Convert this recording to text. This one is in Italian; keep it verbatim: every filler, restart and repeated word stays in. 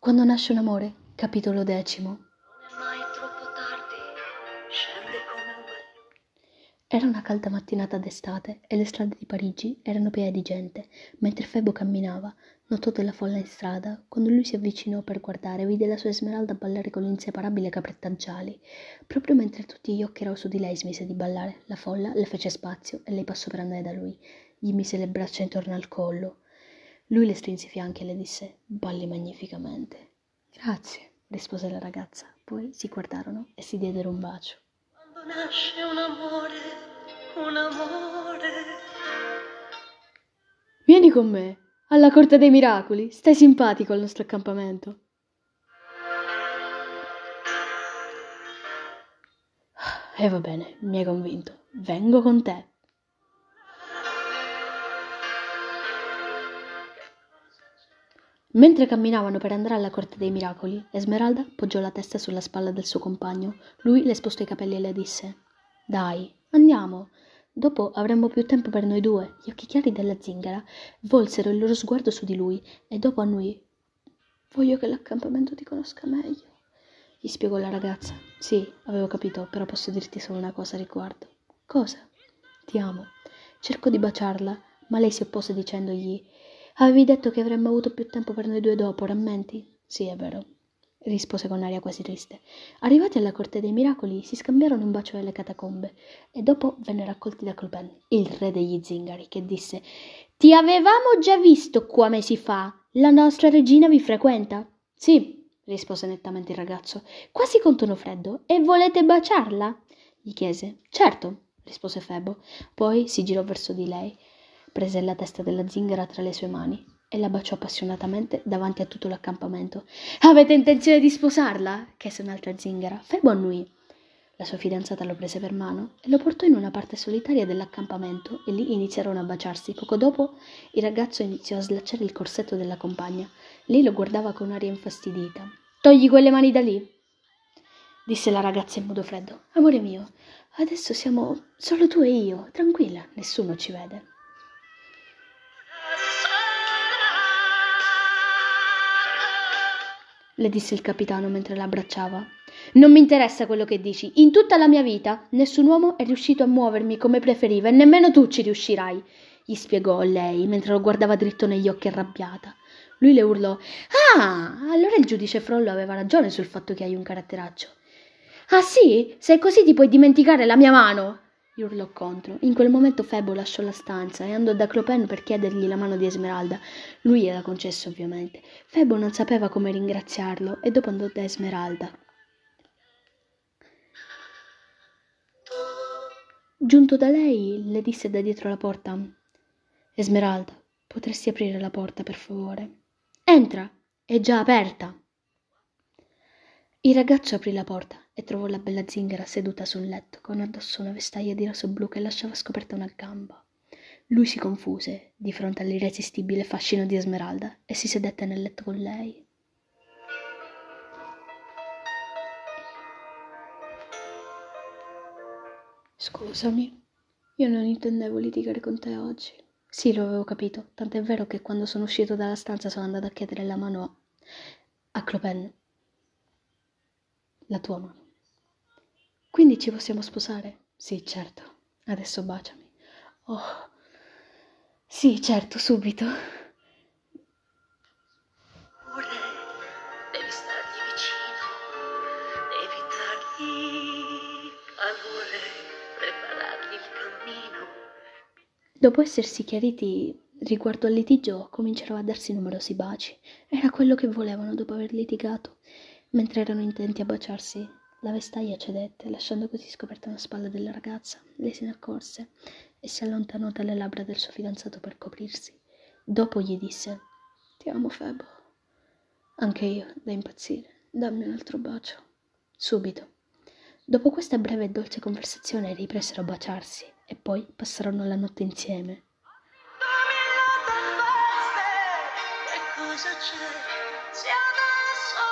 Quando nasce un amore, capitolo decimo. Non è mai troppo tardi, scende come un bagliore. Era una calda mattinata d'estate e le strade di Parigi erano piene di gente. Mentre Febo camminava, notò della folla in strada. Quando lui si avvicinò per guardare, vide la sua Esmeralda ballare con l'inseparabile Capretta Gialli. Proprio mentre tutti gli occhi erano su di lei, smise di ballare. La folla le fece spazio e lei passò per andare da lui. Gli mise le braccia intorno al collo. Lui le strinse i fianchi e le disse: «Balli magnificamente». «Grazie», rispose la ragazza. Poi si guardarono e si diedero un bacio. Quando nasce un amore, un amore. «Vieni con me, alla Corte dei Miracoli. Stai simpatico al nostro accampamento». «E va bene, mi hai convinto. Vengo con te». Mentre camminavano per andare alla Corte dei Miracoli, Esmeralda poggiò la testa sulla spalla del suo compagno. Lui le spostò i capelli e le disse: «Dai, andiamo. Dopo avremo più tempo per noi due». Gli occhi chiari della zingara volsero il loro sguardo su di lui e dopo annui. «Voglio che l'accampamento ti conosca meglio», gli spiegò la ragazza. «Sì, avevo capito, però posso dirti solo una cosa a riguardo». «Cosa?» «Ti amo». Cercò di baciarla, ma lei si oppose dicendogli: «Avevi detto che avremmo avuto più tempo per noi due dopo, rammenti?» «Sì, è vero», rispose con aria quasi triste. Arrivati alla Corte dei Miracoli, si scambiarono un bacio alle catacombe e dopo vennero accolti da Clopin, il re degli zingari, che disse: «Ti avevamo già visto qua mesi fa. La nostra regina vi frequenta?» «Sì», rispose nettamente il ragazzo, quasi con tono freddo. «E volete baciarla?» gli chiese. «Certo», rispose Febo. Poi si girò verso di lei, prese la testa della zingara tra le sue mani e la baciò appassionatamente davanti a tutto l'accampamento. «Avete intenzione di sposarla?» chiese un'altra zingara. Febo annuì. La sua fidanzata lo prese per mano e lo portò in una parte solitaria dell'accampamento e lì iniziarono a baciarsi. Poco dopo il ragazzo iniziò a slacciare il corsetto della compagna. Lei lo guardava con aria infastidita. «Togli quelle mani da lì», disse la ragazza in modo freddo. «Amore mio, adesso siamo solo tu e io. Tranquilla, nessuno ci vede». le disse il capitano mentre la abbracciava. «Non mi interessa quello che dici. In tutta la mia vita nessun uomo è riuscito a muovermi come preferiva e nemmeno tu ci riuscirai», gli spiegò lei mentre lo guardava dritto negli occhi arrabbiata. Lui le urlò: «Ah, allora il giudice Frollo aveva ragione sul fatto che hai un caratteraccio». «Ah sì? Se è così ti puoi dimenticare la mia mano!» gli urlò contro. In quel momento Febo lasciò la stanza e andò da Clopin per chiedergli la mano di Esmeralda. Lui gliela concesse ovviamente. Febo non sapeva come ringraziarlo e dopo andò da Esmeralda. Giunto da lei, le disse da dietro la porta: «Esmeralda, potresti aprire la porta, per favore?» «Entra, è già aperta». Il ragazzo aprì la porta e trovò la bella zingara seduta sul letto, con addosso una vestaglia di raso blu che lasciava scoperta una gamba. Lui si confuse di fronte all'irresistibile fascino di Esmeralda e si sedette nel letto con lei. «Scusami, io non intendevo litigare con te oggi». «Sì, lo avevo capito, tant'è vero che quando sono uscito dalla stanza sono andata a chiedere la mano a, a Clopin. La tua mano». «Quindi ci possiamo sposare?» «Sì, certo. Adesso baciami». «Oh, sì, certo, subito». Amore, devi stargli vicino, devi dargli calore, preparargli il cammino. Dopo essersi chiariti riguardo al litigio, cominciarono a darsi numerosi baci. Era quello che volevano dopo aver litigato. Mentre erano intenti a baciarsi, la vestaglia cedette, lasciando così scoperta una spalla della ragazza. Lei se ne accorse e si allontanò dalle labbra del suo fidanzato per coprirsi. Dopo gli disse: «Ti amo, Febo». «Anche io, da impazzire. Dammi un altro bacio». «Subito». Dopo questa breve e dolce conversazione ripresero a baciarsi e poi passarono la notte insieme. Che cosa c'è? Se adesso